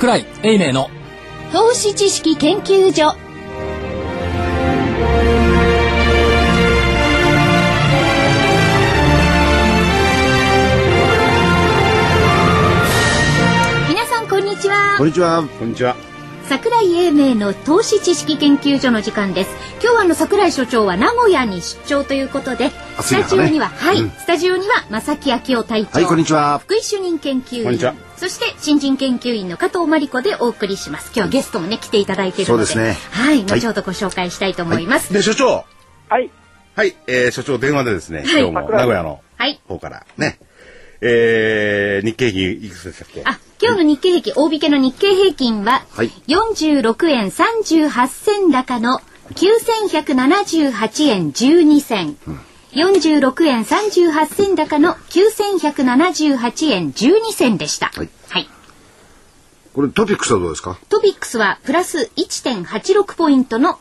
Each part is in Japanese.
櫻井英明の投資知識研究所。皆さんこんにちは。 こんにちは。こんにちは。 櫻井英明の投資知識研究所の時間です。今日は櫻井所長は名古屋に出張ということで、スタジオには、スタジオには正木昭夫隊長、 こんにちは。 福井主任研究員、そして新人研究員の加藤真理子でお送りします。今日はゲストもね来ていただいているので、 そうですね。 後ほどご紹介したいと思います。 で所長、所長電話でですね、今日も名古屋の方からね、日経平均いくつでしたっけ？ 今日の日経平均、大引けの日経平均は、46円38銭高の9178円12銭。46円38銭高の9178円12銭でした。 これトピックスはどうですか？ トピックスはプラス 1.86 ポイントの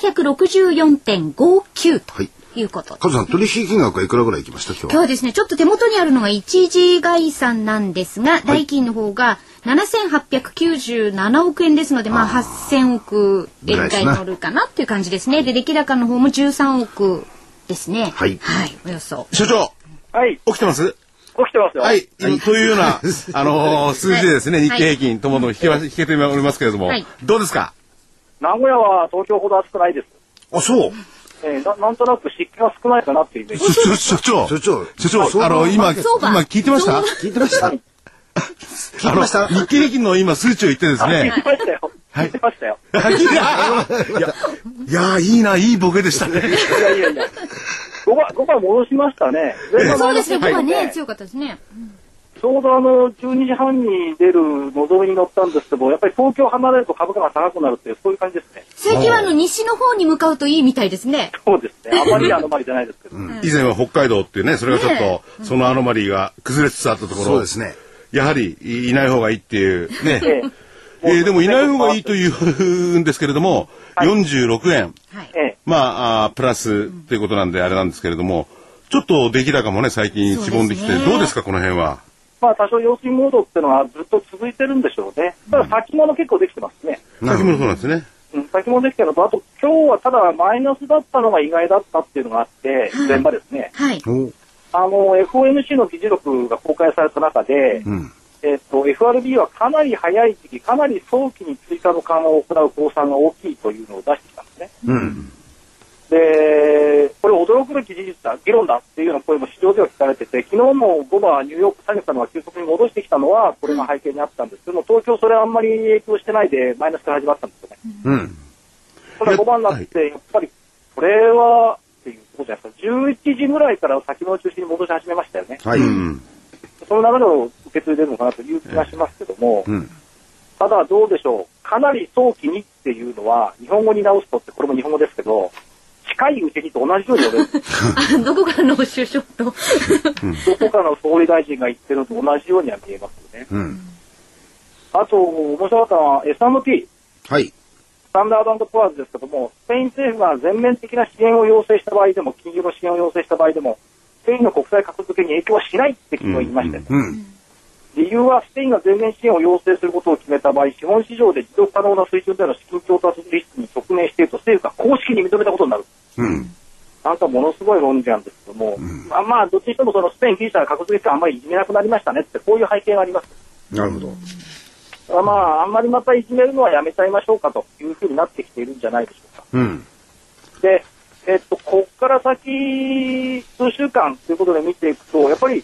764.59 ということです。 加藤さん、取引金額はいくらぐらいいきました？今日はですね、ちょっと手元にあるのが一時概算なんですが、代金の方が7897億円ですので、8000億円ぐらい乗るかなっていう感じですね。で、出来高の方も13億ですね。およそ。 所長、起きてます？ 起きてますよ。 というような数字でですね、日経平均ともども引けておりますけれども、どうですか？ 名古屋は東京ほど暑くないです。 そう。 なんとなく湿気が少ないかなっていうイメージ。 所長、今聞いてました？聞いてました？日経平均の今数値を言ってですね。 聞いてましたよ。聞いてましたよ。 いや、いいボケでしたね。 いや。5番戻しましたね。 そうですね、5番ね、強かったですね。 ちょうど12時半に出るのぞみに乗ったんですけど、やっぱり東京離れると株価が高くなるっていう、そういう感じですね。 最近は西の方に向かうといいみたいですね。 そうですね。あまりアノマリじゃないですけど。 以前は北海道っていうね、それがちょっと、そのアノマリが崩れつつあったところ、そうですね。やはりいない方がいいっていうね。でもいない方がいいというんですけれども、46円。プラスっていうことなんであれなんですけれども、ちょっと出来高もね、最近しぼんできて、どうですか、この辺は。多少様子見モードっていうのはずっと続いてるんでしょうね。ただ先物結構できてますね。 先物そうなんですね。 先物できてるのと、あと今日はただマイナスだったのが意外だったっていうのがあって、前場ですね。FOMC の議事録が公開された中で、FRB はかなり早い時期、かなり早期に追加の緩和を行う公算が大きいというのを出してきたんですね。で、これ驚くべき事実だ、議論だっていうような声も市場では聞かれてて、昨日も5番ニューヨーク下げたのは急速に戻してきたのはこれが背景にあったんですけども、東京それはあんまり影響してないでマイナスから始まったんですよね。ただ5番になってやっぱりこれはっていうことじゃないですか。11時ぐらいから先物を中心に戻し始めましたよね。その流れを受け継いでるのかなという気がしますけども、ただどうでしょう、かなり早期にっていうのは日本語に直すとってこれも日本語ですけど、近いうちにと同じように読める。 どこからの首相とどこからの総理大臣が言ってるのと同じようには見えますよね。あと面白かったのは S&P、スタンダード&プアーズですけども、スペイン政府が全面的な支援を要請した場合でも、金融の支援を要請した場合でも、スペインの国債格付けに影響はしないって昨日言いましたよね。理由はスペインが全面支援を要請することを決めた場合、資本市場で持続可能な水準での資金調達リスクに直面していると政府が公式に認めたことになる。なんかものすごい論じなんですけども、どっちにしてもそのスペインギリシャが格付けしてあんまりいじめなくなりましたねってこういう背景があります。 なるほど。 あんまりまたいじめるのはやめちゃいましょうかというふうになってきているんじゃないでしょうか。で、こっから先数週間ということで見ていくと、やっぱり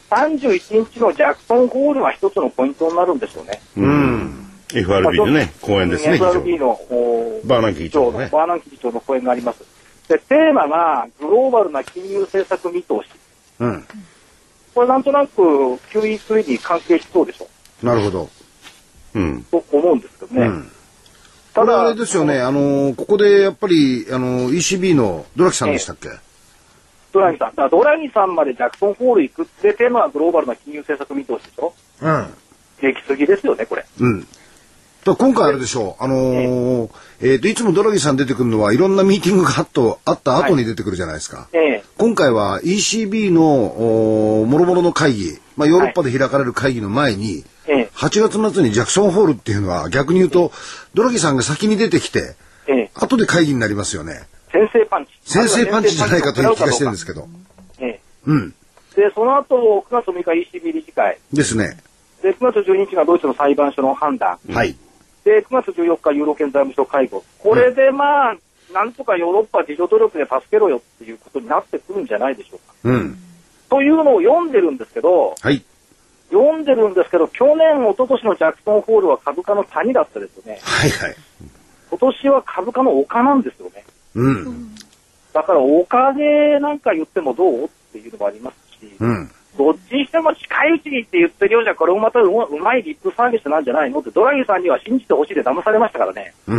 31日のジャクソンホールが一つのポイントになるんでしょうね。 FRB のね、講演ですね。 FRB のバーナンキ議長の講演があります。で、テーマがグローバルな金融政策見通し。これなんとなく QE3 に関係しそうでしょ。 なるほど。 と思うんですけどね。 ただあれですよね、ここでやっぱりECB のドラギさんでしたっけ？ ドラギさんまでジャクソンホール行くってテーマはグローバルな金融政策見通しでしょ。行き過ぎですよね、これ。 今回あれでしょう、いつもドラギさん出てくるのはいろんなミーティングがあった後に出てくるじゃないですか。今回は ECB のもろもろの会議、ヨーロッパで開かれる会議の前に 8月末にジャクソンホールっていうのは逆に言うと、ドラギさんが先に出てきて、後で会議になりますよね。 先制パンチ。 先制パンチじゃないかという気がしてるんですけど。うん。 で、その後、9月6日 ECB 理事会。 ですね。 で、9月12日がドイツの裁判所の判断。 はい。 で、9月14日ユーロ圏財務省会合。これでまあ、なんとかヨーロッパ自助努力で助けろよっていうことになってくるんじゃないでしょうか。 うん。 というのを読んでるんですけど、 はい。 読んでるんですけど、去年、一昨年のジャクソンホールは株価の谷だったですよね。 はいはい。 今年は株価の丘なんですよね。 うん。 だから、丘でなんか言ってもどうっていうのもありますし、 うん。 どっちにしても近いうちにって言ってるようじゃ、これもまたうまいリップサービスなんじゃないのって、ドラギさんには信じてほしいで騙されましたからね。 うん、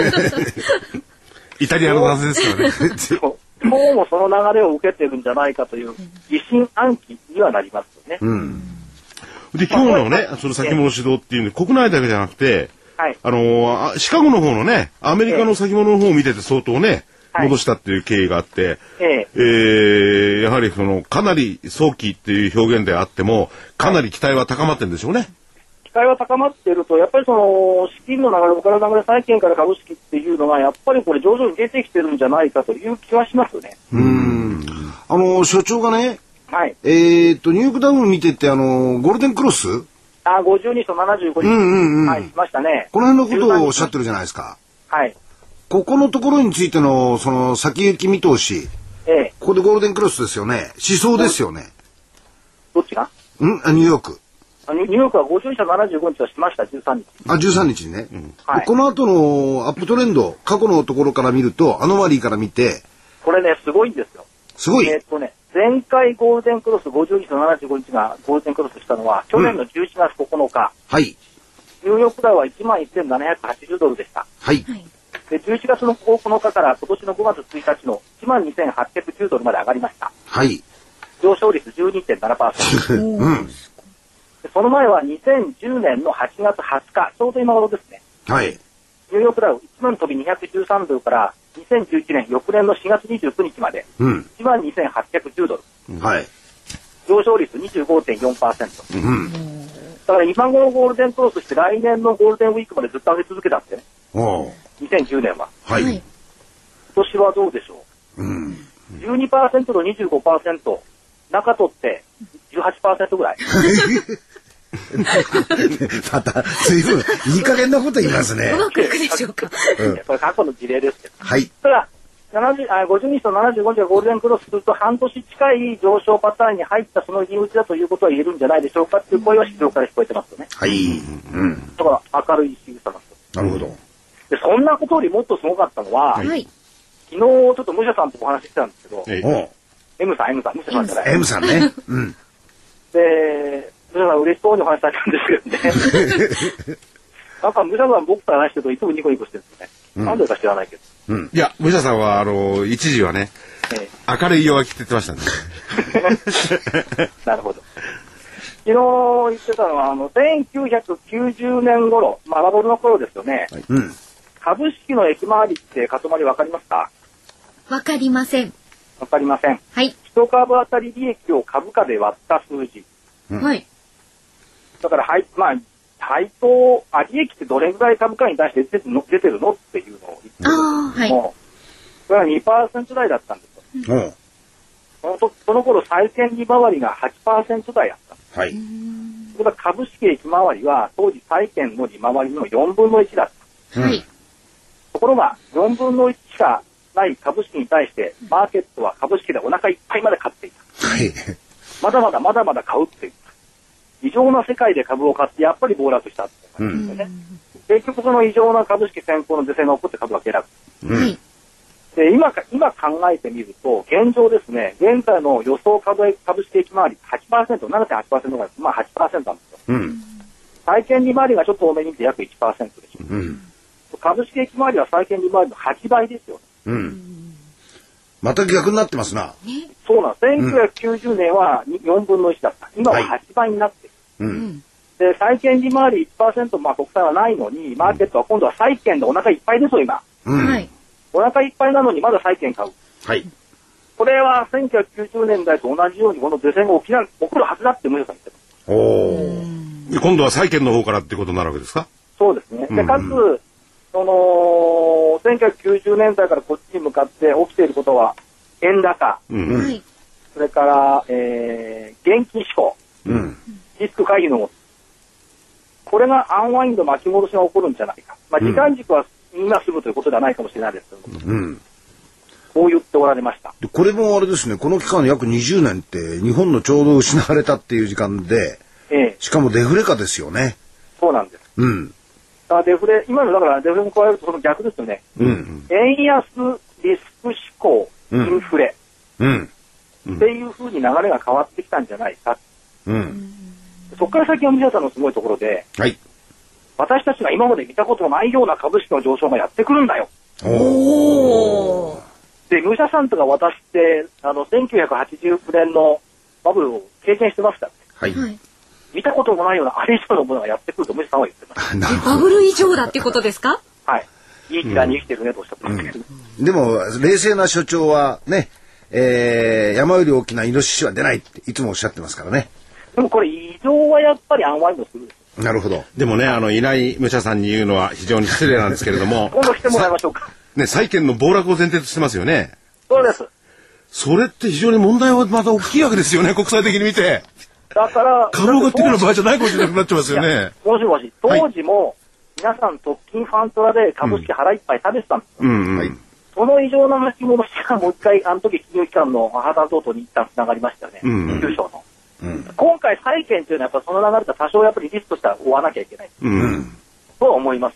イタリアの男性ですからね。 今日もその流れを受けてるんじゃないかという疑心暗鬼にはなりますよね。 うん、 で、今日のね、その先物指導っていうので、国内だけじゃなくて、 はい、 シカゴの方のね、アメリカの先物の方を見てて相当ね、戻したっていう経緯があって、やはりかなり早期っていう表現であっても、かなり期待は高まってるんでしょうね。 期待は高まっていると、やっぱり資金の流れ、お金の流れ、債券から株式っていうのが、やっぱりこれ上々に出てきてるんじゃないかという気はしますよね。 所長がね、 はい。 ニューヨークダウン見てて、ゴールデンクロス 52と75日。はい、しましたね。 この辺のことをおっしゃってるじゃないですか。 はい。 ここのところについての、先行き見通し。ここでゴールデンクロスですよね。思想ですよね。 どっちが？ ニューヨーク。 ニューヨークは52と75日はしました、13日。 13日にね。 はい。 この後のアップトレンド、過去のところから見ると、アノマリーから見て。 これね、すごいんですよ。 すごい。 前回ゴールデンクロス52と75日がゴールデンクロスしたのは、去年の11月9日。 はい。 ニューヨークダウは11,780ドルでした。 はい。 で、11月の9日から今年の5月1日の12,810ドルまで上がりました。 はい。 上昇率 12.7%。 うん。 その前は2010年の8月20日、ちょうど今頃ですね。 はい。 ニューヨークダウ1万飛び213ドルから2011年翌年の4月29日まで、12,810ドル。 はい。 上昇率 25.4%。 うん。 だから今頃ゴールデンクロスして来年のゴールデンウィークまでずっと上げ続けたってね。2010年は。 はい。 今年はどうでしょう。12% と 25%、中取って18% ぐらい。 また、随分、いい加減なこと言いますね。 うまくいくでしょうか。 これ過去の事例ですけど。 はい。 ただ、52と75日がゴールデンクロスすると半年近い上昇パターンに入ったその入り口だということは言えるんじゃないでしょうかっていう声は市場から聞こえてますよね。 はい。 だから明るい仕草なんです。 なるほど。 で、そんなことよりもっとすごかったのは、昨日ちょっと武者さんとお話ししてたんですけど、M さん、武者さんじゃない。 M さんね。うん。 で、武者さん嬉しそうにお話しされたんですけどね。なんか武者さん僕と話してるといつもニコニコしてるんですね。なんでか知らないけど。 いや、武者さんは一時はね、明るい弱気って言ってましたね。 なるほど。昨日言ってたのは、1990年頃、バブルの頃ですよね。株式の駅回りってかとまりわかりますか？ わかりません。 わかりません。 はい。 一株当たり利益を株価で割った数字。 はい。 だから、利益ってどれぐらい株価に対して出てるのっていうのを言ってるんですけども、それは 2% 台だったんですよ。その頃債券利回りが 8% 台だった。 はい。 それから株式益回りは当時債券の利回りの4分の1だった。 はい。 ところが4分の1しかない株式に対してマーケットは株式でお腹いっぱいまで買っていた。 はい。 まだまだ買うっていう。異常な世界で株を買ってやっぱり暴落したって感じですよね。結局その異常な株式先行の是正が起こって株が下落。で今考えてみると現状ですね、現在の予想株式益回り 8%、7.8% ぐらい、8% なんですよ。債券利回りがちょっと多めに見て約 1% でしょ。株式益回りは債券利回りの8倍ですよ。 また逆になってますな。 そうなんです。1990年は4分の1だった。今は8倍になっている。で、債券利回り 1%、国債はないのに、マーケットは今度は債券でお腹いっぱいですよ、今。お腹いっぱいなのにまだ債券買う。これは1990年代と同じようにこの是正が起こるはずだって武者さん言ってます。 今度は債券の方からってことになるわけですか？ そうですね。で、かつ、1990年代からこっちに向かって起きていることは、円高、それから、現金志向、リスク回避の、これがアンワインド巻き戻しが起こるんじゃないか。まあ、時間軸は今すぐということではないかもしれないですけども、こう言っておられました。 これもあれですね、この期間約20年って日本のちょうど失われたっていう時間で、しかもデフレ化ですよね。 そうなんです。デフレ、今のだからデフレも加えるとその逆ですよね。円安、リスク志向、インフレ、っていうふうに流れが変わってきたんじゃないか。そこから先は皆さんのすごいところで、私たちが今まで見たことないような株式の上昇がやってくるんだよ。で、武者さんとか私って、1989年のバブルを経験してますからね。見たこともないようなあれ以上のものがやってくると武者さんは言ってます。 バブル以上だってことですか？ はい。いい時代に生きてるねとおっしゃってますけど。 でも、冷静な所長はね、山より大きなイノシシは出ないっていつもおっしゃってますからね。 でもこれ異常はやっぱりアンワインドする。 なるほど。 でもね、いない武者さんに言うのは非常に失礼なんですけれども。 今度来てもらいましょうか。 ね、債券の暴落を前提としてますよね。 そうです。 それって非常に問題はまた大きいわけですよね、国際的に見て。 だから、 株が上がってくる場合じゃないかもしれなくなっちゃいますよね。 もしもし、当時も、皆さん特勤ファントラで株式腹いっぱい食べてたんですよ。その異常な巻き戻しがもう一回、あの時金融機関の破綻等々に一旦つながりましたよね。金融省の。今回債券というのはやっぱその流れと多少やっぱりリスクとしては追わなきゃいけない。と思います。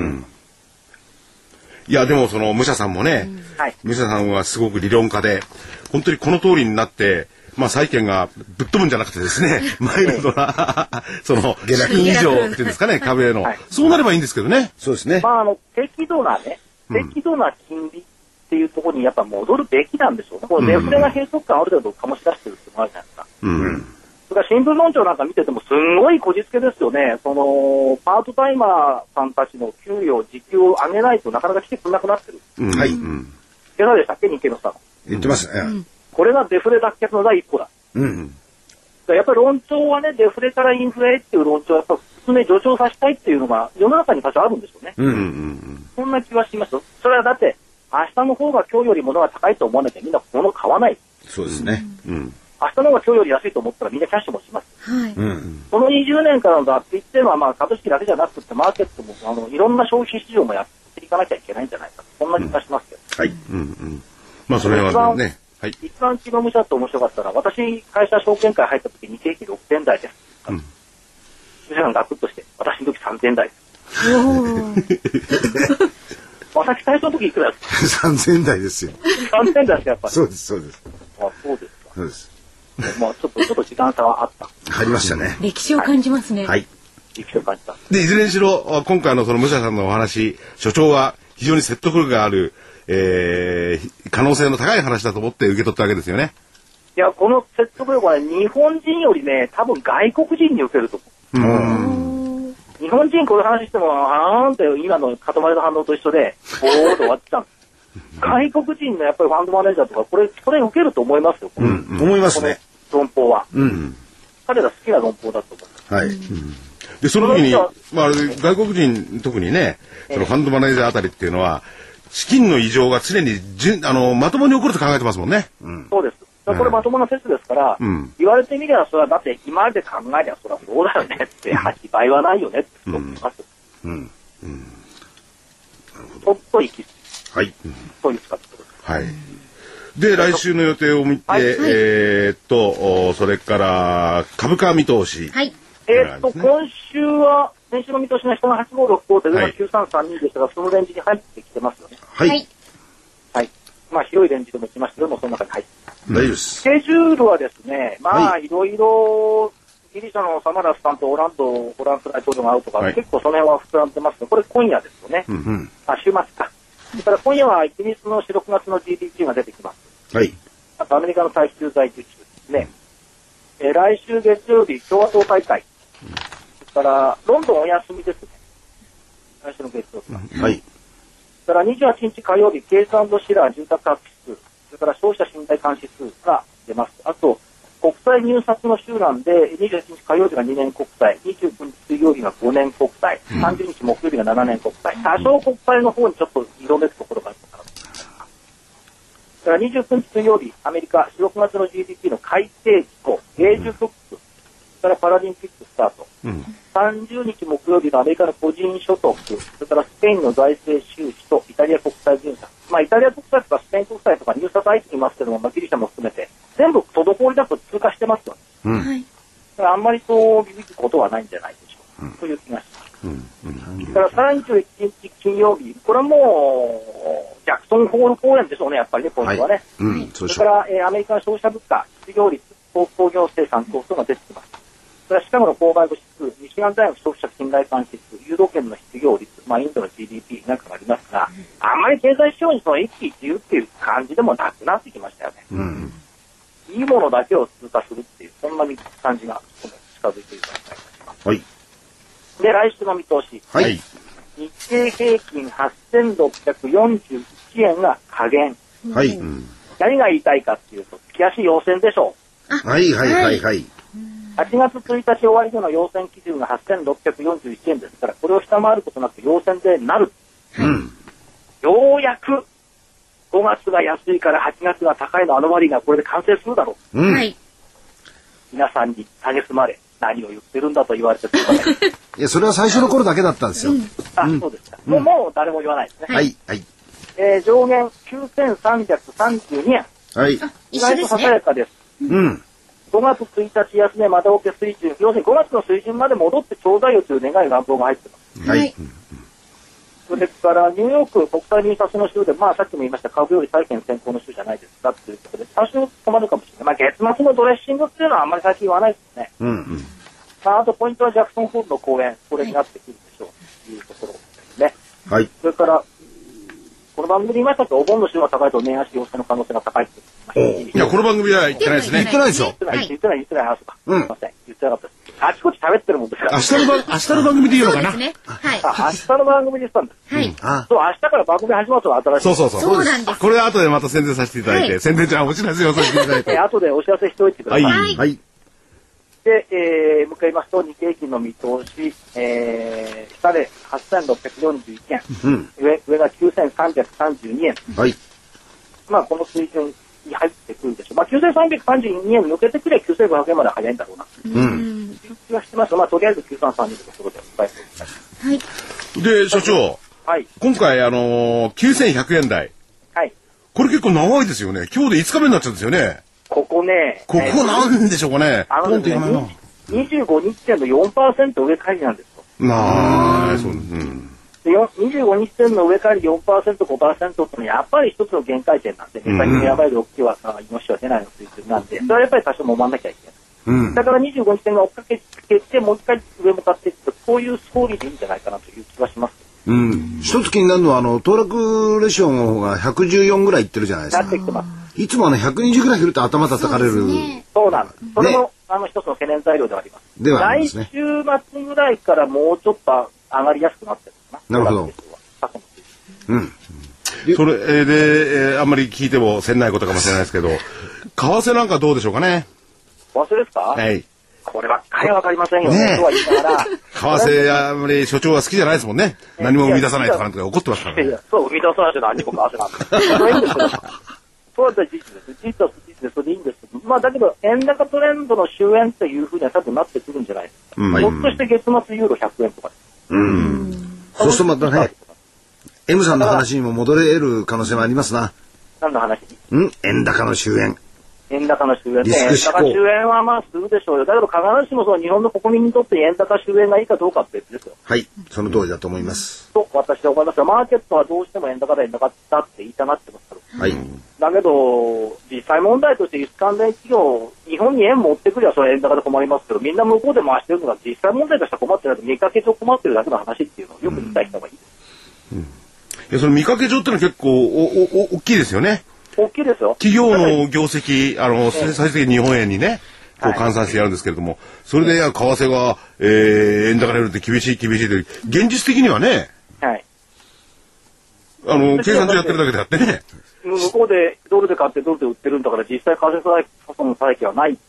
いやでもその武者さんもね、武者さんはすごく理論家で本当にこの通りになってまあ債券がぶっ飛ぶんじゃなくてですねマイルドなその資金以上っていうんですかね株への、そうなればいいんですけどね。 そうですね。 まあ適度な金利っていうところにやっぱ戻るべきなんでしょうね。このデフレが閉塞感ある程度醸し出してるっていうのがあるじゃないですか。それから新聞論調なんか見ててもすんごいこじつけですよね。そのパートタイマーさんたちの給与時給を上げないとなかなか来てくれなくなってる。 はい。 今朝でしたっけ日経のスター言ってますね。 これがデフレ脱却の第一歩だ。やっぱり論調はね、デフレからインフレっていう論調はやっぱ普通に助長させたいっていうのが世の中に多少あるんでしょうね。そんな気はしますよ。それはだって明日の方が今日より物が高いと思わなきゃみんな物を買わない。 そうですね。 明日の方が今日より安いと思ったらみんなキャッシュもします。この20年からの脱皮っていうのはまあ株式だけじゃなくてマーケットもいろんな消費市場もやっていかなきゃいけないんじゃないか。そんな気がしますけど。 はい。 まあそれはね。 一番気の無者と面白かったら私会社証券会入った時日経平均6点台です。無者がガクッとして私の時3点台です。私最初の時いくらですか？3000台ですよ。 3000台ですやっぱり。 そうです。 そうですか。 そうです。 まあちょっと時間差はあった。 ありましたね。 歴史を感じますね。 はい。 歴史を感じた。 でいずれにしろ今回のその武者さんのお話、所長は非常に説得力がある、可能性の高い話だと思って受け取ったわけですよね。 いやこの説得力は日本人よりね多分外国人に受けると思う。日本人こういう話してもあーんって今の塊の反応と一緒でボーっと終わってたんです。外国人のやっぱりファンドマネージャーとかこれ受けると思いますよ。 思いますね。 論法は。彼ら好きな論法だと思います。 はい。 でその時にまあ外国人特にねそのファンドマネージャーあたりっていうのは資金の異常が常にまともに起こると考えてますもんね。 そうです。これまともな説ですから、言われてみればそれはだって今まで考えればそれはそうだよねって8倍はないよねって思います。ちょっと行きはい。 そういう使ってください。はい。で来週の予定を見て、それから株価見通し。 はい。 今週は先週の見通しが下が8565で9332でしたが、そのレンジに入ってきてますよね。 はい。 はい。まあ広いレンジでも来ましたけども、その中に入って大丈夫です。 スケジュールはですね、まあいろいろギリシャのサマラスさんとフランス大統領が会うとか、結構その辺は膨らんでますが、これ今夜ですよね。週末か。それから今夜はイギリスの4、6月の GDP が出てきます。 はい。 あとアメリカの対中在受注ですね。来週月曜日共和党大会。それからロンドンお休みですね。来週の月曜日は。 はい。 それから28日火曜日、ケイス&シラー住宅価格指数、それから消費者信頼監視指数が出ます。あと、 国際入札の週なんで、21日火曜日が2年国債、29日水曜日が5年国債、30日木曜日が7年国債、多少国債の方にちょっと色めくところがあるかなと思います。だから29日水曜日、アメリカ4、6月の GDP の改定機構、芸術特区、それからパラリンピックスタート、30日木曜日のアメリカの個人所得、それからスペインの財政収支とイタリア国際入札、イタリア国際とかスペイン国際とか入札相手にいますけども、ギリシャも含めて、全部滞りだと通過してますよね。だからあんまりそうビビることはないんじゃないでしょうか、という気がします。だから31日金曜日、これはもうジャクソンホール公演でしょうね、やっぱりね、ポイントはね。それから、アメリカの消費者物価、失業率、工業生産等々が出てきます。それはシカゴの購買部指数、ミシガン大学消費者信頼感指数、ユーロ圏の失業率、インドの GDP なんかがありますが、あんまり経済指標にその一喜一憂っていう感じでもなくなってきましたよね。いいものだけを通過するっていう、そんな感じが近づいていると思います。はい。で、来週の見通し。はい。日経平均8641円が下限。はい。何が言いたいかっていうと、月足要線でしょう。 はいはいはいはい。 8月1日終わりでの要線基準が8641円ですから、これを下回ることなく要線でなる。ようやく5月が安いから8月が高いのアノマリーがこれで完成するだろう。皆さんに蔑まれ、何を言ってるんだと言われてるかね。 いや、それは最初の頃だけだったんですよ。 そうですか。もう誰も言わないですね。 はいはい。 上限9332円。 はい。 意外とささやかです。5月1日安値まだオケ水準、要するに5月の水準まで戻ってちょうだいよという願い願望が入ってます。はい。それからニューヨーク国際入札の週で、さっきも言いました株より債券先行の週じゃないですかということで、多少止まるかもしれない。月末のドレッシングっていうのはあんまり最近言わないですね。あとポイントはジャクソンホールの公演、これになってくるでしょうというところですね。はい。それからこの番組で言いましたとお盆の週が高いと年足要請の可能性が高いって。 いや、この番組は言ってないですね。 言ってないでしょ。 言ってない話とか。すみません。言ってなかったです。あちこち喋ってるもんですから。 明日の番組で言うのかな。 はい。明日の番組で言ったんです。はい。そう、明日から番組始まると新しい。 そうなんです。これ後でまた宣伝させていただいて、宣伝じゃお知らせをさせていただいて。 後でお知らせしておいてください。 はい。 で、向かいますと日経平均の見通し、下で8641円、上が9332円。はい。この水準に入ってくるでしょう。9332円抜けてくれば9500円まで早いんだろうな。気がしてます。とりあえず9332のところでお伝えしてください。はい。 で、所長。はい。今回9100円台。はい。これ結構長いですよね。今日で5日目になっちゃうんですよね。 ここね。 ここなんでしょうかね。 25日線の 4% 上返りなんですよ。25日線の上返り 4%、5% ってのはやっぱり一つの限界点なんで、やばい6期は命は出ないの水準なんで、それはやっぱり多少揉まなきゃいけない。だから25日線が追っかけて、もう一回上向かっていくと、こういうストーリーでいいんじゃないかなという気がします。 一つ気になるのは、登録レシオの方が114ぐらいいってるじゃないですか。 なってきてます。 いつも120ぐらい来ると頭叩かれる。 そうなんです。それも、一つの懸念材料ではあります。来週末ぐらいからもうちょっと上がりやすくなってるかな。なるほど。 それで、あんまり聞いてもせんないことかもしれないですけど、為替なんかどうでしょうかね。 為替ですか？はい。こればっかりはわかりませんよね。 とは言いながら。 為替あんまり所長は好きじゃないですもんね。何も生み出さないとかなんて怒ってますからね。 そう、生み出さないと何も為替なんです。それいいんですけど。そうだったら事実です。事実は事実でそれでいいんですけど、だけど円高トレンドの終焉っていうふうには多分なってくるんじゃないですか。ひょっとして月末ユーロ100円とかです。 そうするとまたね、M さんの話にも戻れる可能性もありますな。 何の話？ 円高の終焉。 円高の終焉ね。円高終焉はするでしょうよ。だけど必ずしもその日本の国民にとって円高終焉がいいかどうかって別ですよ。 はい、その通りだと思います。 と私は思いますが、マーケットはどうしても円高だって言いたがってますから。はい。だけど実際問題として輸出関連企業、日本に円持ってくりゃそれ円高で困りますけど、みんな向こうで回してるのが実際問題としては困ってないと見かけ上困ってるだけの話っていうのをよく理解した方がいいです。 その見かけ上ってのは結構大きいですよね。 大きいですよ。 企業の業績、最終的に日本円にね、換算してやるんですけれども、それで為替が、円高になるって厳しいと、現実的にはね、はい。計算上やってるだけであってね。 向こうでドルで買ってドルで売ってるんだから、実際為替差損の差益はないっていう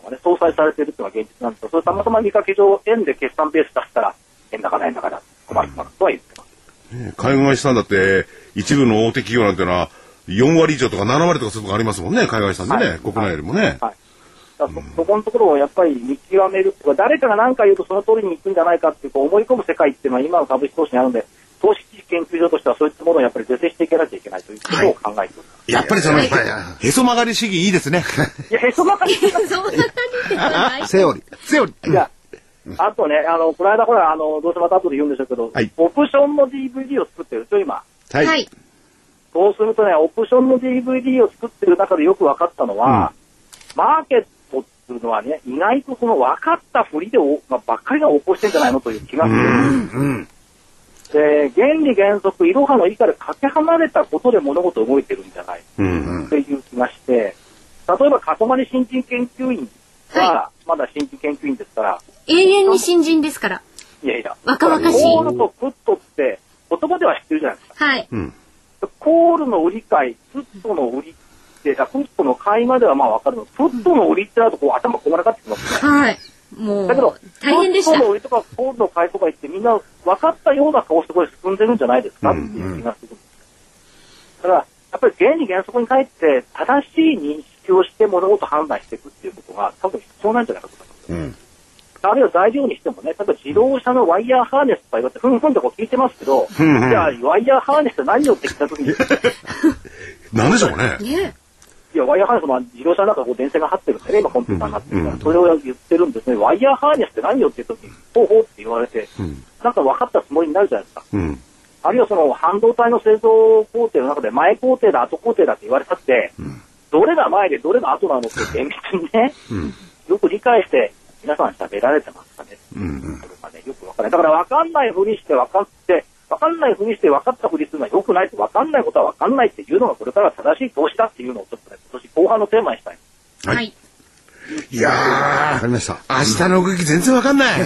がね、相殺されているというのが現実なんですが、それたまたま見かけ上、円で決算ベース出したら、円高困るとは言ってます。 海外資産だって、一部の大手企業なんていうのは、4割以上とか7割とかそういうとこありますもんね、海外資産でね、国内よりもね。 そこのところをやっぱり見極めるとか、誰かが何か言うとその通りに行くんじゃないかっていう思い込む世界っていうのは今の株式投資にあるので、投資研究所としてはそういったものをやっぱり是正していかなきゃいけないということを考えております。 やっぱりその、へそ曲がり主義いいですね。 いや、へそ曲がり主義。 そんな感じではない。 セオリー。 いや、あとね、この間ほら、どうせまた後で言うんでしょうけど、オプションの DVD を作ってるんですよ、今。 はい。 そうするとね、オプションの DVD を作ってる中でよく分かったのは、マーケットっていうのはね、意外とその分かったふりでばっかりが起こしてんじゃないのという気がする。で、原理原則、いろはの意からかけ離れたことで物事動いてるんじゃないっていう気がして、例えば、かこまり新人研究員は、まだ新人研究員ですから。 永遠に新人ですから。 いやいや。 若々しい。 コールとプットって言葉では知ってるじゃないですか。 はい。 コールの売り買い、プットの売りって、プットの買いまではまあ分かるの。プットの売りってなると頭こまらかってきますね。 はい。もう、 だけど、 大変でした。 プットの売りとかコールの買いとか言ってみんな分かったような顔してこれ進んでるんじゃないですかっていう気がするんです。だから、やっぱり原理原則に帰って正しい認識をして物事を判断していくっていうことが多分必要なんじゃないかと思います。あるいは材料にしてもね、例えば自動車のワイヤーハーネスとか言われて、ふんふんとこう聞いてますけど、じゃあ、ワイヤーハーネスって何よって聞いたときに。 何でしょうね。 いや、ワイヤーハーネスは自動車の中こう電線が張ってるんでね、今コンピューターになってるから、それを言ってるんですね。ワイヤーハーネスって何よって言ったときに、ほうほうって言われて、なんか分かったつもりになるじゃないですか。あるいはその半導体の製造工程の中で前工程だ、後工程だって言われたって、どれが前でどれが後なのって厳密にね、よく理解して、皆さん喋られてますかね。それがね、よくわからない。だから分かんないふりして分かって、分かんないふりして分かったふりするのは良くないって、分かんないことは分かんないっていうのがこれから正しい投資だっていうのをちょっとね、今年後半のテーマにしたい。 はい。 いやー、 わかりました。 明日の動き全然分かんない。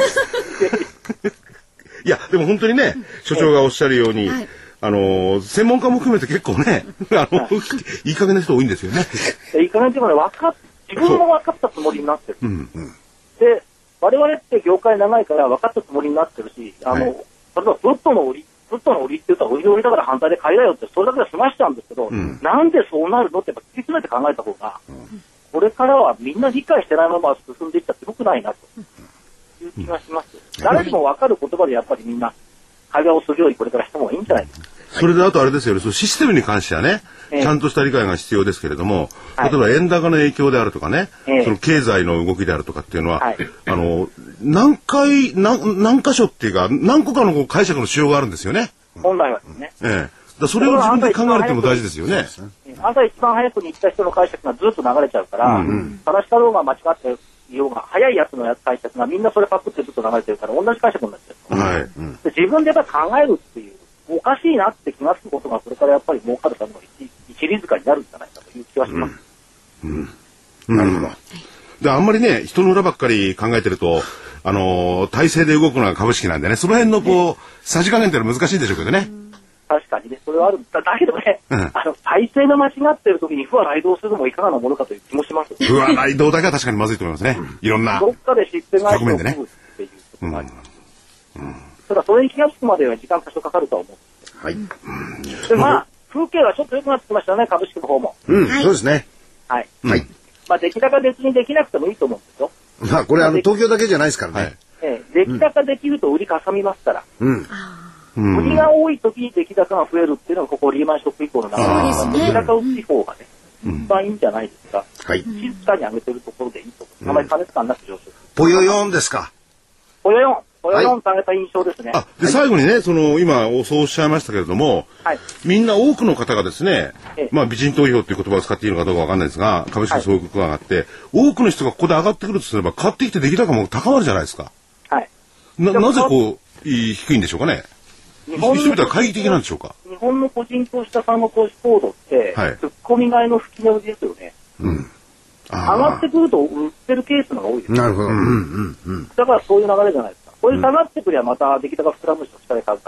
いや、でも本当にね、所長がおっしゃるように、専門家も含めて結構ね、いい加減な人多いんですよね。 いい加減っていうのは自分も分かったつもりになってる。で、我々って業界長いから分かったつもりになってるし、例えばプットの売りって言ったら売りの売りだから反対で買いだよってそれだけで済ましちゃうんですけど、なんでそうなるのってやっぱ突き詰めて考えた方が、これからはみんな理解してないまま進んでいったって良くないなという気がします。誰でも分かる言葉でやっぱりみんな会話をするようにこれからした方がいいんじゃないですか。 それであとあれですよね、そのシステムに関してはね、ちゃんとした理解が必要ですけれども、例えば円高の影響であるとかね、その経済の動きであるとかっていうのは、何箇所っていうか、何個かの解釈の仕様があるんですよね。 本来はですね。 それを自分で考えるっても大事ですよね。 朝一番早くに行った人の解釈がずっと流れちゃうから、正しかろうが間違っていようが、早いやつの解釈がみんなそれパクってずっと流れてるから、同じ解釈になっちゃう。自分でやっぱり考えるっていう、おかしいなって気がすることが、これからやっぱり儲かるための一理塚になるんじゃないかという気がします。 なるほど。で、あんまりね、人の裏ばっかり考えてると、体制で動くのが株式なんでね、その辺のさじ加減ってのは難しいんでしょうけどね。 確かにね、それはある。だけどね、体制が間違ってる時に不和雷動するのもいかがなものかという気もします。 不和雷動だけは確かにまずいと思いますね。いろんな。 どっかで知ってないと思うっていうことがあります。ただそれに気がつくまでは時間多少かかるとは思う。はい。で、風景はちょっと良くなってきましたね、株式の方も。 そうですね。 はい。出来高別にできなくてもいいと思うんですよ。 これ東京だけじゃないですからね。 出来高できると売りかさみますから。売りが多い時に出来高が増えるっていうのがここリーマンショック以降の流れですね。出来高薄い方がね、一番いいんじゃないですか。静かに上げてるところでいいと思う。あまり加熱感なく上昇する。 ぽよよんですか。 ぽよよん下げた印象ですね。 で、最後にね、今、そうおっしゃいましたけれども、みんな多くの方がですね、美人投票っていう言葉を使っていいのかどうかわかんないですが、株式総額が上がって、多くの人がここで上がってくるとすれば、買ってきて出来高も高まるじゃないですか。なぜ低いんでしょうかね。人々は懐疑的なんでしょうか。 日本の個人投資家さんの投資行動って、突っ込み買いの吹き出しですよね。上がってくると売ってるケースのが多いです。 なるほど。 だからそういう流れじゃないですか。これ下がってくりゃまた出来高膨らむ人下で買うから。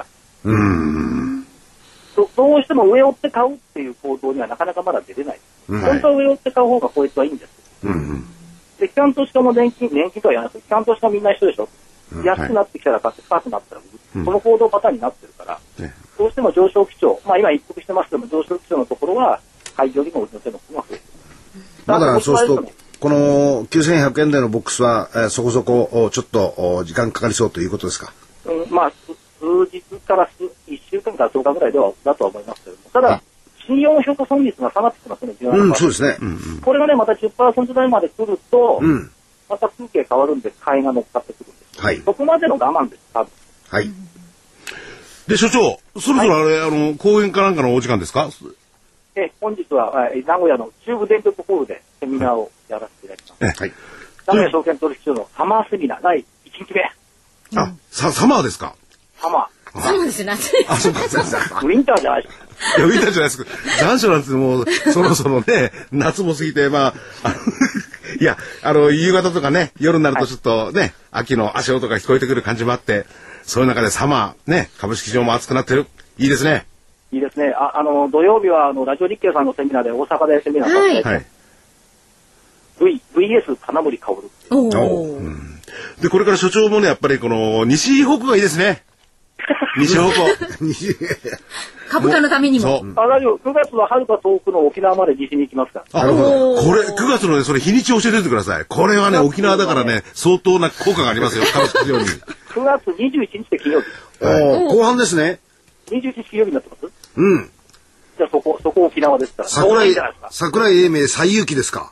どうしても上を追って買うっていう行動にはなかなかまだ出れない。本当は上を追って買う方がこいつはいいんです。 で、機関投資家も年金とは言わないです。機関投資家みんな一緒でしょ。安くなってきたら買って、高くなったら売る。この行動パターンになってるから、どうしても上昇基調、今一服してますけども、上昇基調のところは、買いよりも売りの手の方が増えてる。 まだそうすると、この9100円台のボックスは、そこそこちょっと時間かかりそうということですか。 数日から1週間から10日ぐらいだとは思いますけども、ただ、信用評価損率が下がってきますね、 そうですね。 これがね、また 10% 台まで来ると、また風景変わるんで、買いが乗っかってくるんです。はい。そこまでの我慢です、多分。 はい。 で、所長、そろそろ講演かなんかのお時間ですか？ 本日は、名古屋の中部電力ホールでセミナーをやらせていただきます。はい。名古屋証券取引所のサマーセミナー第1日目。 サマーですか？ サマー。そうですね。 ウィンターじゃないですか。 いや、ウィンターじゃないですか。残暑なんてもう、そろそろね、夏も過ぎて、いや、夕方とかね、夜になるとちょっとね、秋の足音が聞こえてくる感じもあって、そういう中でサマー、ね、株式市場も熱くなってる。いいですね。 いいですね。土曜日は、ラジオ日経さんのセミナーで大阪でセミナーさせていただいて、VS 金森薫。 で、これから所長もね、やっぱりこの、西方向がいいですね。西方向。 株価のためにも。 大丈夫。9月は遥か遠くの沖縄まで西に行きますから。 これ、9月のね、それ日にち教えておいてください。これはね、沖縄だからね、相当な効果がありますよ、株式市場に。 9月21日で金曜日。 後半ですね。 21日金曜日になってます？ じゃあそこ沖縄ですから。 桜井英明最有機ですか。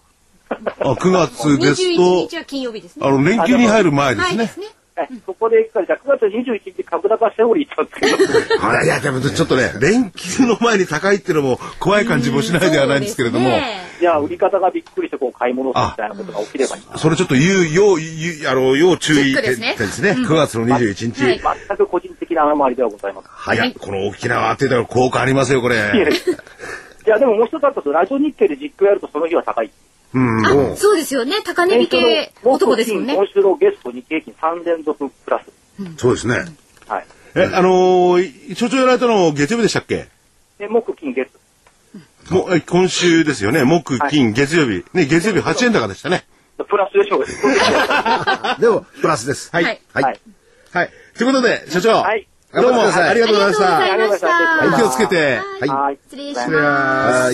9月ですと、 21日は金曜日ですね。 連休に入る前ですね。 そこで行くから、じゃあ9月21日株高セオリーって言ったんですけど。 いや、でもちょっとね、連休の前に高いっていうのも怖い感じもしないではないんですけれども。 いや、売り方がびっくりして買い物するみたいなことが起きればいい。 それちょっと要注意点ですね。9月の21日。 全く個人的な誤りではございます。 はい。この沖縄って言ったら効果ありますよ、これ。 いや、でももう一つあったと、ラジオ日経で実況やるとその日は高い。 そうですよね。高値引け男ですもんね。 今週のゲスト日経平均3連続プラス。 そうですね。 はい。 所長やられたの月曜日でしたっけ？ 木金月。 今週ですよね。木金月曜日。ね、月曜日8円高でしたね。 プラスでしょう。 でも、プラスです。 はい。はい。ということで、所長。はい。どうもありがとうございました。 ありがとうございました。 気をつけて。 はい。失礼します。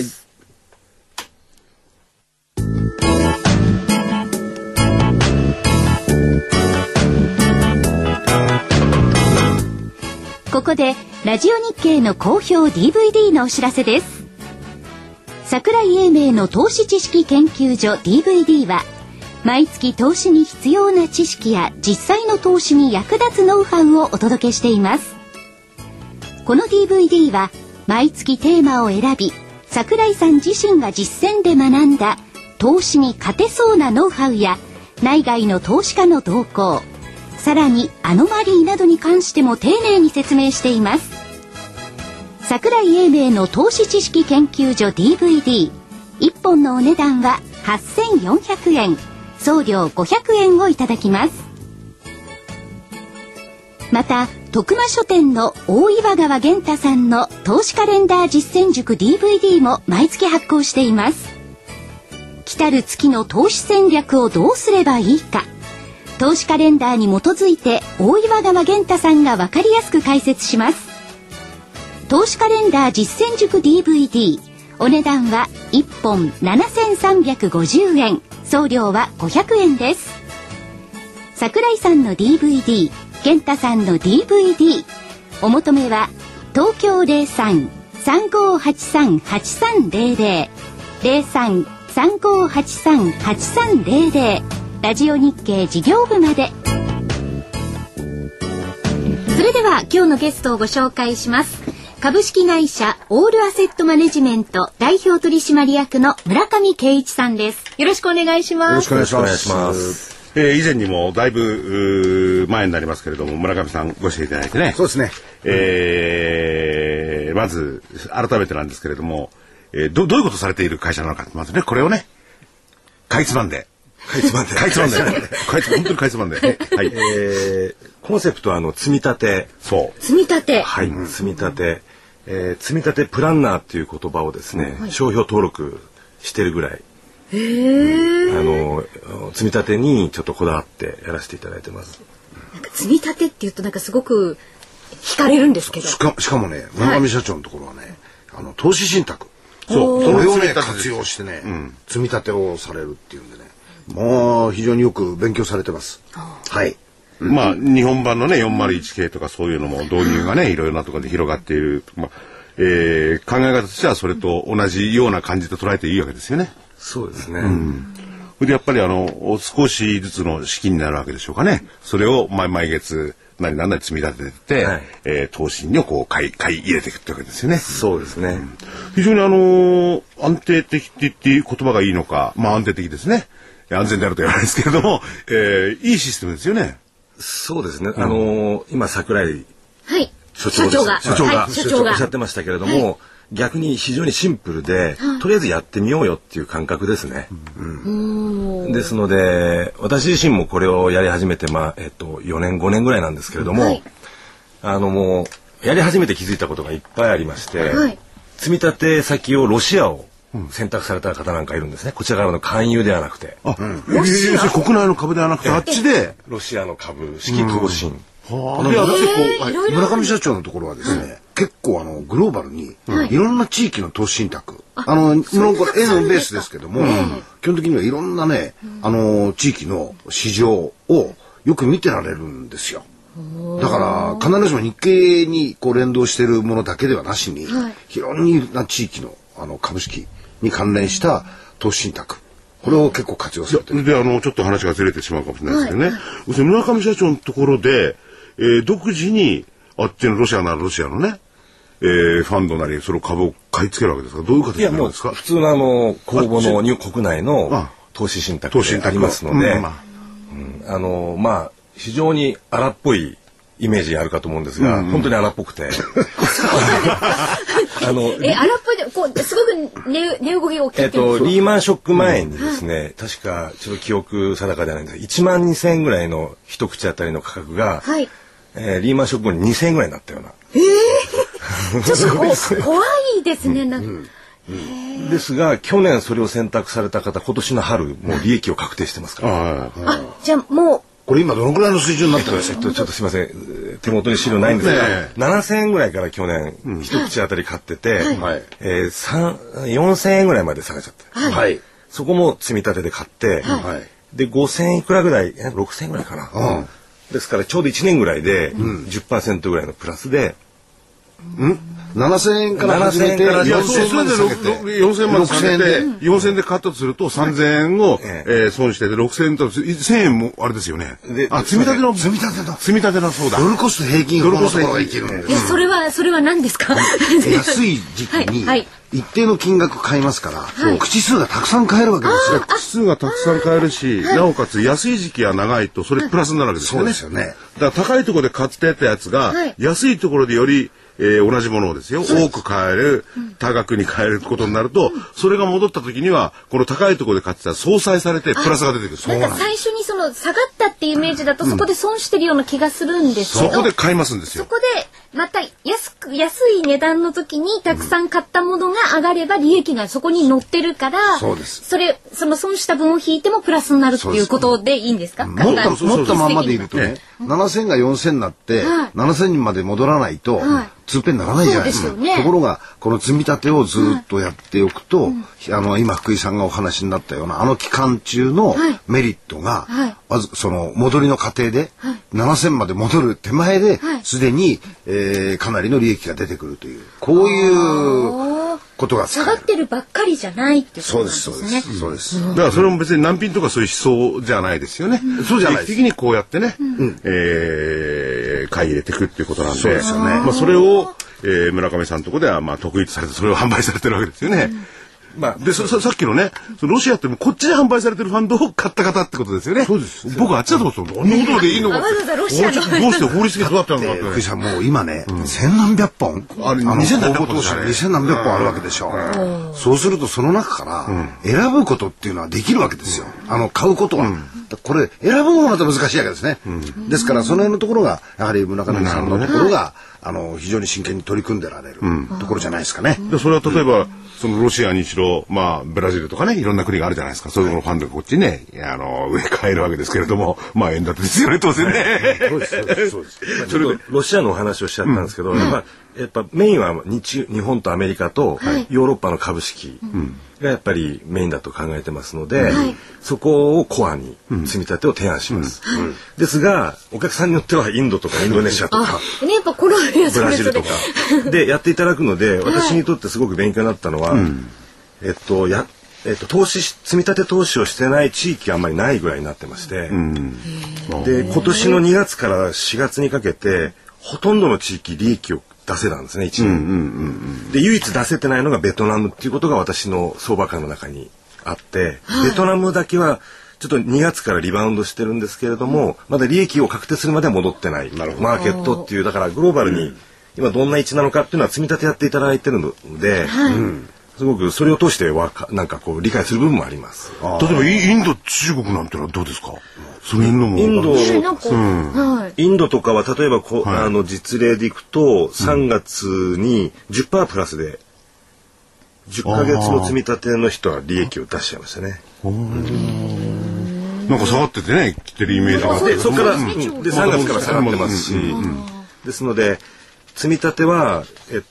ここでラジオ日経の好評 DVD のお知らせです。桜井英明の投資知識研究所 DVD は毎月投資に必要な知識や実際の投資に役立つノウハウをお届けしています。この DVD は毎月テーマを選び、桜井さん自身が実践で学んだ投資に勝てそうなノウハウや内外の投資家の動向、さらにアノマリーなどに関しても丁寧に説明しています。桜井英明の投資知識研究所 DVD1 本のお値段は8400円、送料500円をいただきます。また徳間書店の大岩川源太さんの投資カレンダー実践塾 DVD も毎月発行しています。来たる月の投資戦略をどうすればいいか、投資カレンダーに基づいて大岩川源太さんが分かりやすく解説します。投資カレンダー実践塾 DVD、 お値段は1本7350円、送料は500円です。桜井さんの DVD、 源太さんの DVD、 お求めは東京 03-3583-8300 03-3583-8300、ラジオ日経事業部まで。 それでは今日のゲストをご紹介します。株式会社オールアセットマネジメント代表取締役の村上圭一さんです。よろしくお願いします。 よろしくお願いします。 以前にもだいぶ前になりますけれども、村上さんご指導いただいてね。 そうですね。まず改めてなんですけれども、どういうことされている会社なのか、まずね、これをね、かいつまんで。本当にかいつまんで。はい。 コンセプトは積み立て。 そう。 積み立て。 はい。積み立て。積み立てプランナーっていう言葉をですね、商標登録してるぐらい積み立てにちょっとこだわってやらせていただいてます。 なんか積み立てっていうとなんかすごく惹かれるんですけど。 しかもね、村上社長のところはね、投資信託。それをね、活用してね、積み立てをされるっていうんでね、もう非常によく勉強されてます。はい。 まあ、日本版のね、401系とかそういうのも導入がね、いろいろなところで広がっている。まあ、考え方としてはそれと同じような感じで捉えていいわけですよね。 そうですね。 で、やっぱり少しずつの資金になるわけでしょうかね。それを毎月、何積み立てて、投資にこう買い入れていくってわけですよね。 そうですね。 非常に安定的っていう言葉がいいのか、まあ安定的ですね。安全であると言わないですけれども、いいシステムですよね。 そうですね。今桜井所長がおっしゃってましたけれども、逆に非常にシンプルで、とりあえずやってみようよっていう感覚ですね。ですので、私自身もこれをやり始めて、4年5年ぐらいなんですけれども、もうやり始めて気づいたことがいっぱいありまして、積み立て先をロシアを選択された方なんかいるんですね。こちらからの勧誘ではなくて。 ロシア国内の株ではなくて、あっちで。 ロシアの株式投資。 村上社長のところはですね、結構グローバルにいろんな地域の投資信託、これ円のベースですけども、基本的にはいろんなね、地域の市場をよく見てられるんですよ。だから必ずしも日経にこう連動しているものだけではなしに、いろんな地域の株式に関連した投資信託、これを結構活用されてる。 で、ちょっと話がずれてしまうかもしれないですけどね。村上社長のところで、独自にあっちのロシアならロシアのね、ファンドなりその株を買い付けるわけですか。どういう形なんですか。 普通の公募の国内の投資信託がありますので、非常に荒っぽいイメージあるかと思うんですが、本当に荒っぽくて。 荒っぽいで、こう、すごく値動きが大きい。 リーマンショック前にですね、確か、ちょっと記憶定かじゃないんですが、1万2000円ぐらいの一口当たりの価格が、リーマンショック後に2000円ぐらいになったような。 ちょっと怖いですね、 ですが、去年それを選択された方、今年の春、もう利益を確定してますから。 じゃあもう、 これ今どのくらいの水準になってるんですか。 ちょっとすみません、手元に資料ないんですが、7000円ぐらいから去年一口当たり買ってて、4000円ぐらいまで下がっちゃって、そこも積み立てで買って、で5000いくらぐらい、6000円ぐらいかな。ですからちょうど1年ぐらいで 10% ぐらいのプラスで、 7000円から始めて4000円まで下げて 4000円まで下げて4000円で買ったとすると3000円を損してで6000円と1000円もあれですよね。積み立てのそうだ。 ドルコスト平均法のところがいけるんです。 それは何ですか。 安い時期に一定の金額買いますから、口数がたくさん買えるわけですよ。 口数がたくさん買えるし、なおかつ安い時期は長いとそれプラスになるわけですよね。 そうですよね。 だから高いところで買ってたやつが安いところでより同じものをですよ、多く買える、多額に買えることになると、それが戻った時にはこの高いところで買ってたら相殺されてプラスが出てくる。 なんか最初にその下がったっていうイメージだとそこで損してるような気がするんですけど、 そこで買いますんですよ。 そこでまた安い値段の時にたくさん買ったものが上がれば利益がそこに乗ってるから、その損した分を引いてもプラスになるっていうことでいいんですか。 持ったまんまでいるとね、7000が4000になって7000にまで戻らないと2ペンにならないじゃないですか。ところがこの積み立てをずっとやっておくと、今福井さんがお話になったような期間中のメリットが、まずその戻りの過程で7000まで戻る手前ですでにかなりの利益が出てくるという、こういうことが下がってるばっかりじゃないってことなんですね。 そうです。 だからそれも別に難品とかそういう思想じゃないですよね。 そうじゃないです。 定期的にこうやってね、買い入れていくっていうことなんで、 そうですよね。 それを村上さんのところでは得意とされてそれを販売されてるわけですよね。でさっきのね、ロシアってこっちで販売されてるファンドを買った方ってことですよね。 そうです。 僕はあっちだと思ってた。あんなことでいいのか。 ロシアのどうして法律でどうやったのかって。 福井さんもう今ね、千何百本2000何百本あるわけでしょ。そうするとその中から選ぶことっていうのはできるわけですよ。買うことは。 これ選ぶのがまた難しいわけですね。ですからその辺のところがやはり村上さんのところが非常に真剣に取り組んでられるところじゃないですかね。 でそれは例えばそのロシアにしろブラジルとかねいろんな国があるじゃないですか。そういうのファンドがこっちにね植え替えるわけですけれども円建てですよね当然ね。 そうですそうです。 それでロシアのお話をしちゃったんですけど、やっぱメインは日本とアメリカとヨーロッパの株式がやっぱりメインだと考えてますので、そこをコアに積み立てを提案します。ですがお客さんによってはインドとかインドネシアとかやっぱこのブラジルとかでやっていただくので、私にとってすごく勉強になったのは、積み立て投資をしてない地域があんまりないぐらいになってまして、で今年の2月から4月にかけてほとんどの地域利益を出せたんですね1年で唯一出せてないのがベトナムっていうことが私の相場感の中にあって、ベトナムだけはちょっと2月からリバウンドしてるんですけれども、まだ利益を確定するまでは戻ってないマーケットっていう、だからグローバルに今どんな位置なのかっていうのは積み立てやっていただいてるので、すごくそれを通してなんかこう理解する部分もあります。 例えばインド中国なんてのはどうですか。その辺のもインドとかは例えば実例でいくと3月に 10% プラスで10ヶ月の積み立ての人は利益を出しちゃいましたね。 なんか下がっててね来てるイメージがあって、 そこからで3月から下がってますし、ですので積み立ては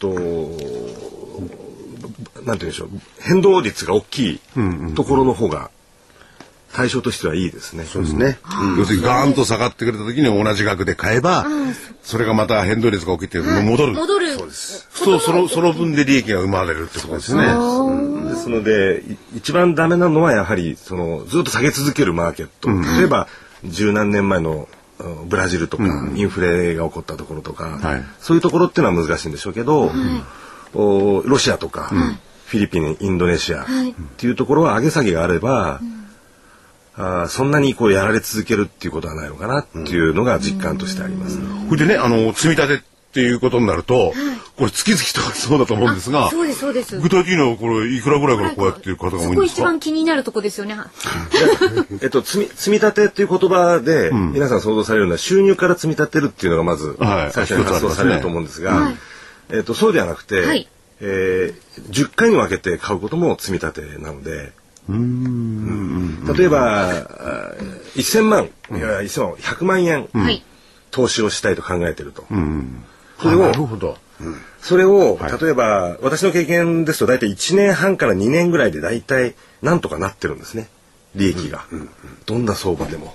なんて言うんでしょう、変動率が大きいところの方が対象としてはいいですね。 そうですね。 要するにガーンと下がってくれた時に同じ額で買えば、それがまた変動率が起きて戻る。 そうです。 その分で利益が生まれるってことですね。 ですので一番ダメなのはやはりずっと下げ続けるマーケット。例えば十何年前のブラジルとかインフレが起こったところとか、そういうところっていうのは難しいんでしょうけど、ロシアとかフィリピン、インドネシアっていうところは上げ下げがあれば、そんなにやられ続けるっていうことはないのかなっていうのが実感としてあります。 これでね積み立てっていうことになると、これ月々とかそうだと思うんですが、 そうですそうです。 具体的にはこれいくらぐらいからこうやってる方が多いんですか。 そこ一番気になるとこですよね。 積み立てっていう言葉で皆さん想像されるのは収入から積み立てるっていうのがまず最初に発想されると思うんですが、そうではなくて、10回に分けて買うことも積み立てなので、例えば1000万いや100万円投資をしたいと考えていると。それを例えば私の経験ですと大体1年半から2年ぐらいで大体なんとかなってるんですね、利益が。どんな相場でも。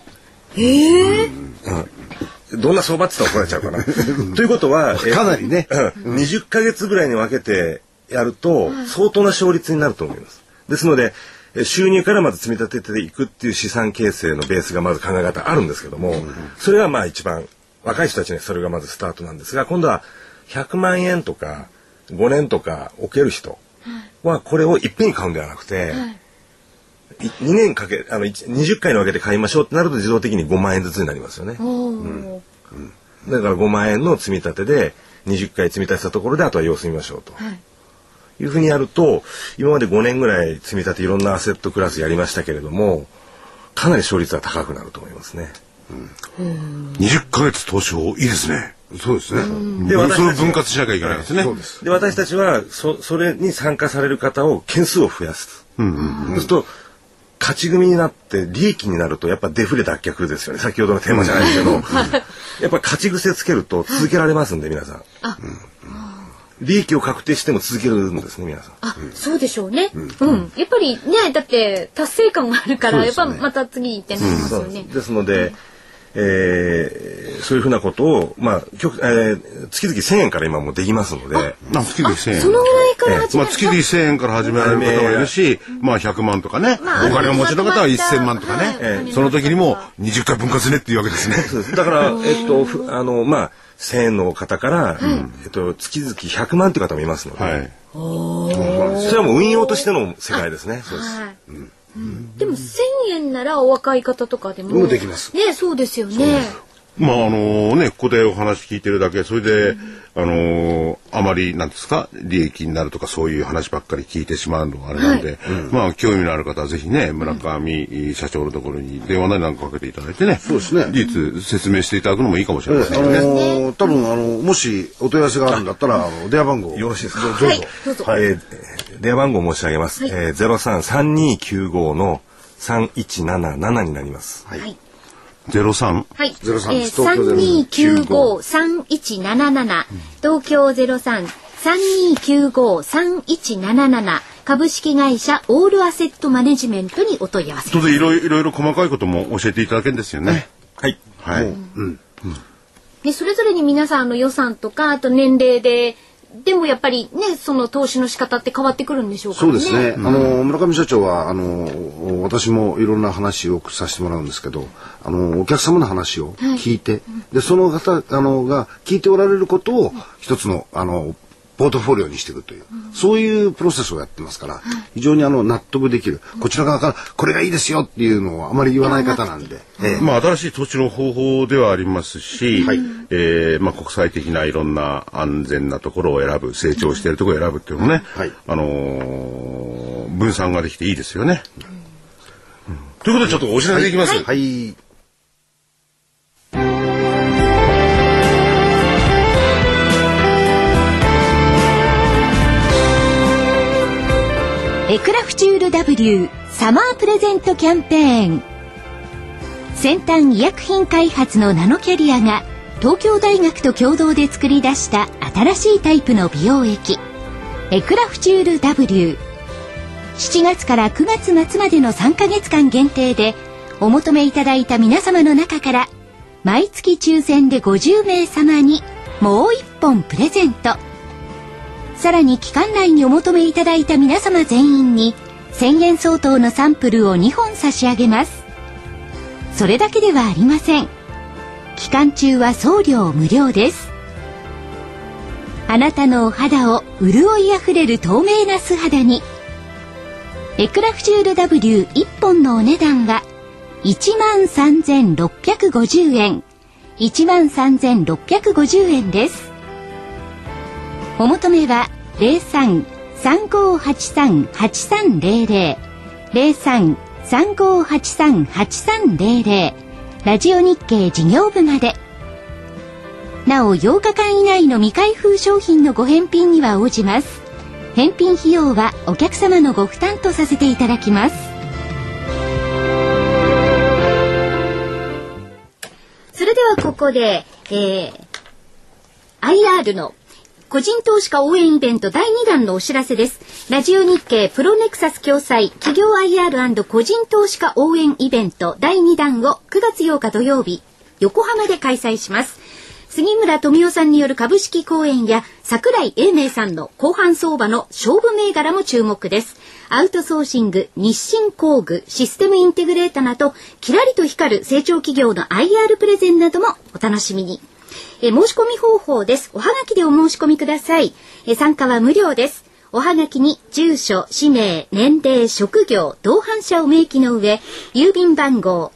どんな相場って言ったら怒られちゃうかな。ということはかなりね、 20ヶ月ぐらいに分けてやると相当な勝率になると思います。ですので収入からまず積み立てていくっていう資産形成のベースがまず考え方あるんですけども、それは一番若い人たちにそれがまずスタートなんですが、今度は100万円とか5年とか置ける人はこれをいっぺんに買うんではなくて、2年かけ20回に分けて買いましょうってなると自動的に5万円ずつになりますよね。だから5万円の積み立てで20回積み立てたところであとは様子見ましょうと。いうふうにやると今まで5年ぐらい積み立ていろんなアセットクラスやりましたけれども、かなり勝率は高くなると思いますね。 20ヶ月投資法いいですね。 そうですね。 でそれを分割しなきゃいけないですね。 で私たちはそれに参加される方を件数を増やす。そうすると勝ち組になって利益になるとやっぱデフレ脱却ですよね。先ほどのテーマじゃないですけどやっぱ勝ち癖つけると続けられますんで皆さん。利益を確定しても続けるんですね皆さん。 そうでしょうね。やっぱりね、だって達成感があるからやっぱまた次ってなりますよね。 ですので、そういうふうなことを月々1000円から今もできますので、 月々1000円。 そのぐらいから始める。 月々1000円から始められる方もいるし、100万とかね、お金をお持ちの方は1000万とかね、その時にも20回分割ねっていうわけですね。 だから1000円の方から、月々100万という方もいますので、それはもう運用としての世界ですね。そうです。 でも1000円ならお若い方とかでもできます。 ね、そうですよね。 まあね、ここでお話聞いてるだけ、それで、あまり、なんですか、利益になるとか、そういう話ばっかり聞いてしまうのがあれなので、まあ、興味のある方はぜひね、村上社長のところに電話なりなんかかけていただいてね、 そうですね。 事実説明していただくのもいいかもしれないですね。 多分、もしお問い合わせがあるんだったら、電話番号。 よろしいですか。 はい、どうぞ。 電話番号申し上げます。03-3295の3177になります。 はい。 03。 はい。3295-3177。東京03-3295-3177。株式会社オールアセットマネジメントにお問い合わせ。 当然いろいろ細かいことも教えていただけるんですよね。 はい。 はい。 で、それぞれに皆さん予算とか、あと年齢で、でもやっぱりね、その投資の仕方って変わってくるんでしょうかね。 そうですね。村上社長は私もいろんな話をよくさせてもらうんですけど、お客様の話を聞いて、でその方が聞いておられることを一つのポートフォリオにしていくという、そういうプロセスをやってますから、非常に納得できる、こちら側からこれがいいですよっていうのをあまり言わない方なんで、 まあ新しい投資の方法ではありますし、まあ国際的ないろんな安全なところを選ぶ、成長しているところを選ぶっていうのもね、分散ができていいですよね。ということでちょっとお知らせいきます。 はい。 エクラフチュール W サマープレゼントキャンペーン。先端医薬品開発のナノキャリアが東京大学と共同で作り出した新しいタイプの美容液エクラフチュール W。 7月から9月末までの3ヶ月間限定でお求めいただいた皆様の中から毎月抽選で50名様にもう1本プレゼント。さらに期間内にお求めいただいた皆様全員に1000円相当のサンプルを2本差し上げます。それだけではありません。期間中は送料無料です。あなたのお肌を潤いあふれる透明な素肌に。エクラフチュール W1 本のお値段は13,650円。13,650円です。お求めは 03-3583-8300 03-3583-8300 ラジオ日経事業部まで。なお8日間以内の未開封商品のご返品には応じます。返品費用はお客様のご負担とさせていただきます。 それではここで、IR の個人投資家応援イベント第2弾のお知らせです。ラジオ日経プロネクサス共催企業 IR& 個人投資家応援イベント第2弾を9月8日土曜日、横浜で開催します。杉村富夫さんによる株式講演や櫻井英明さんの後半相場の勝負銘柄も注目です。アウトソーシング、日清工具、システムインテグレータなどキラリと光る成長企業の IR プレゼンなどもお楽しみに。申し込み方法です。おはがきでお申し込みください。参加は無料です。おはがきに住所、氏名、年齢、職業、同伴者を明記の上、郵便番号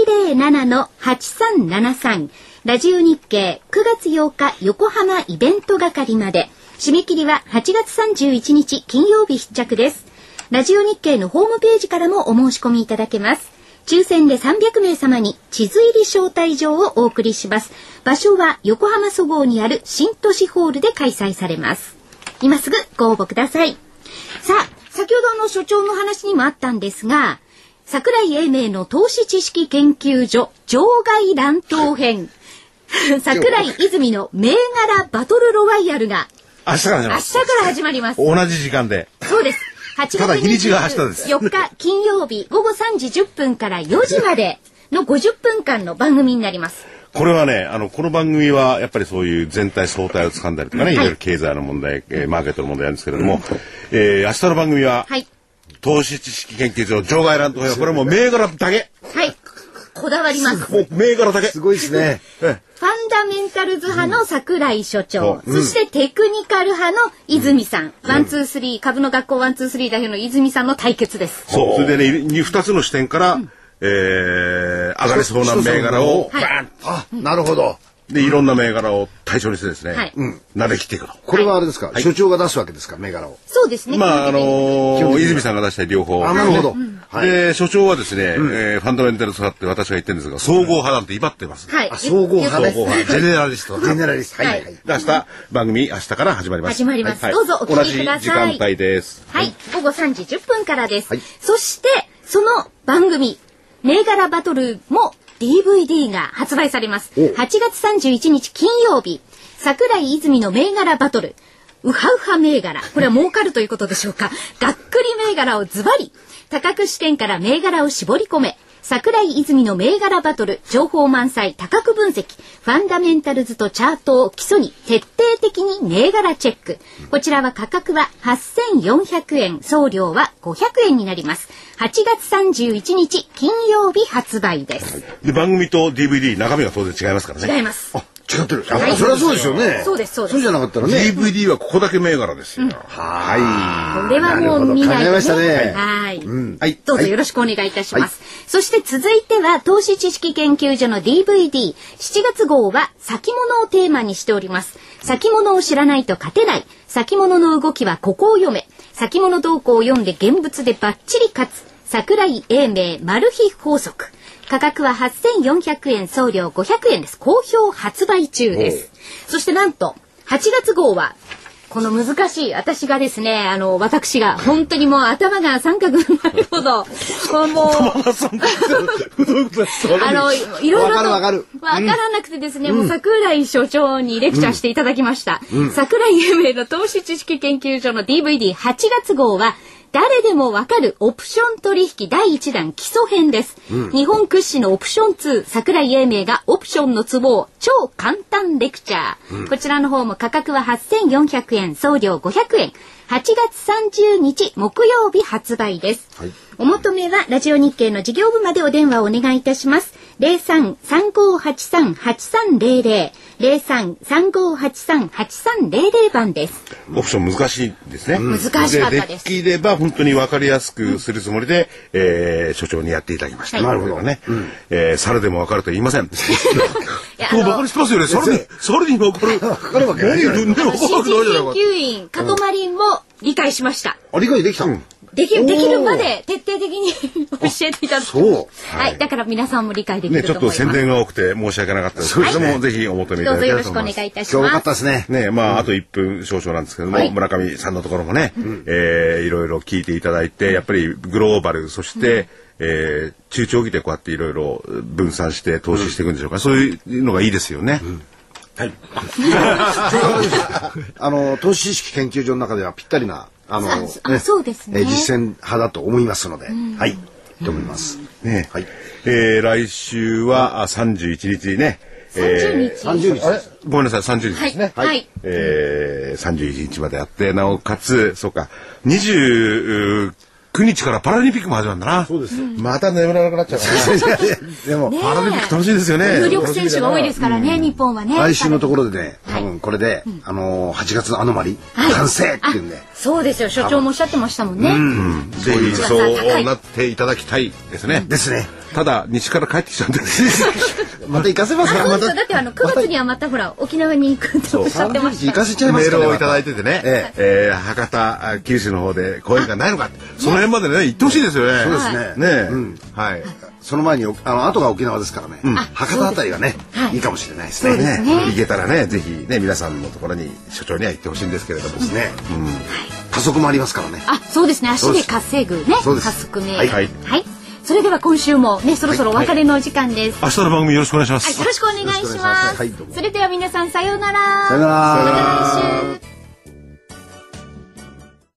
107-8373 ラジオ日経9月8日横浜イベント係まで。締め切りは8月31日金曜日必着です。ラジオ日経のホームページからもお申し込みいただけます。抽選で300名様に地図入り招待状をお送りします。場所は横浜そごうにある新都市ホールで開催されます。今すぐご応募ください。さあ、先ほどの所長の話にもあったんですが、櫻井英明の投資知識研究所場外乱闘編櫻井泉の銘柄バトルロワイヤルが明日から始まります。 同じ時間で。 そうです。8月24日金曜日午後3時10分から4時までの50分間の番組になります。 これはね、この番組はやっぱりそういう全体相対を掴んだりとかね、いろいろ経済の問題、マーケットの問題なんですけれども、明日の番組は、投資知識研究所場外乱闘編はこれも銘柄だけ。 はい。こだわります。 もう銘柄だけ。 すごいですね。 ファンダメンタルズ派の櫻井所長、そしてテクニカル派の泉さん、ワンツースリー株の学校ワンツースリー代表の泉さんの対決です。 そう。それでね、2つの視点から、 上がりそうな銘柄をバーン、 あ、なるほど。 でいろんな銘柄を対象にしてですね、慣れきっていくと。 これはあれですか、所長が出すわけですか、銘柄を。 そうですね。 まあ泉さんが出した両方。 なるほど。 で所長はですね、ファンダメンタル派って私が言ってるんですが、総合派なんて威張ってます。 はい。 総合派です。 ジェネラリスト。 ジェネラリスト。はい。 明日番組明日から始まります。 始まります。どうぞお聞きください。 同じ時間帯です。 はい。午後3時10分からです。そしてその番組銘柄バトルもDVD が発売されます。8月31日金曜日、桜井泉の銘柄バトル、ウハウハ銘柄、これは儲かるということでしょうか。がっくり銘柄をズバリ、多角視点から銘柄を絞り込め、桜井泉の銘柄バトル、情報満載、多角分析、ファンダメンタルズとチャートを基礎に徹底的に銘柄チェック。こちらは価格は8400円、送料は500円になります。8月31日金曜日発売です。 で番組と DVD 中身が当然違いますからね。 違います。 違ってる。それはそうですよね。 そうですそうです。 そうじゃなかったらね。 DVD はここだけ銘柄ですよ。 はい。これはもう見ないとね。はい。どうぞよろしくお願いいたします。そして続いては投資知識研究所の DVD。7月号は先物をテーマにしております。先物を知らないと勝てない。先物の動きはここを読め。先物動向を読んで現物でバッチリ勝つ。桜井英明マル秘法則。価格は8400円、送料500円です。好評発売中です。そしてなんと8月号はこの難しい、私がですね、私が本当にもう頭が三角になるほど、もういろいろとわからなくてですね、もう桜井所長にレクチャーしていただきました。桜井英明の投資知識研究所の DVD8 月号は誰でもわかるオプション取引第1弾基礎編です。日本屈指のオプション2、桜井英明がオプションのツボを超簡単レクチャー。こちらの方も価格は8400円、送料500円。8月30日木曜日発売です。お求めはラジオ日経の事業部までお電話をお願いいたします。03-3583-8300 03-3583-8300番です。 オプション難しいですね。 難しかったです。 できれば本当に分かりやすくするつもりで、所長にやっていただきました。なるほどね。猿でも分かると言いません。バカにしてますよね。猿に分かる。分かるわけないじゃない。 新人研究員カトマリンも理解しました。 理解できた。 できるまで徹底的に教えていただく。そう。はい。だから皆さんも理解できると思います。 ちょっと宣伝が多くて申し訳なかったですけれども、ぜひお求めいただければと思います。 どうぞよろしくお願いいたします。 今日よかったですね。 まああと1分少々なんですけども、村上さんのところもね、いろいろ聞いていただいて、やっぱりグローバル、そして中長期でこうやっていろいろ分散して投資していくんでしょうか。そういうのがいいですよね。 はい。投資知識研究所の中ではぴったりなそうですね。 実践派だと思いますので、はい、と思います。ね、はい。 来週は31日ね。 30日。 ごめんなさい、30日ですね。 はい。 31日までやって、なおかつ、そうか、29日からパラリンピックも始まるんだな。 そうです。 また眠らなくなっちゃうから。でも、パラリンピック楽しいですよね。 有力選手が多いですからね、日本はね。 来週のところでね、多分これで、8月のアノマリ、完成っていうんで。 そうですよ、所長もおっしゃってましたもんね。 ぜひそうなっていただきたいですね。 ですね。 ただ西から帰ってきちゃうんでまた行かせますか。 だって9月にはまたほら沖縄に行くとおっしゃってました。 行かせちゃいますか。 メールをいただいててね、博多九州の方で公演がないのか、その辺までね行ってほしいですよね。 そうですね。 はい。 その前に後が沖縄ですからね。博多あたりがねいいかもしれないですね。 行けたらね、ぜひね皆さんのところに所長には行ってほしいんですけれどもですね。加速もありますからね。 そうですね。足で稼ぐね。加速銘柄。はい。それでは今週もね、そろそろお別れのお時間です。 明日の番組よろしくお願いします。 よろしくお願いします。それでは皆さんさようなら。 さようなら。 また来週。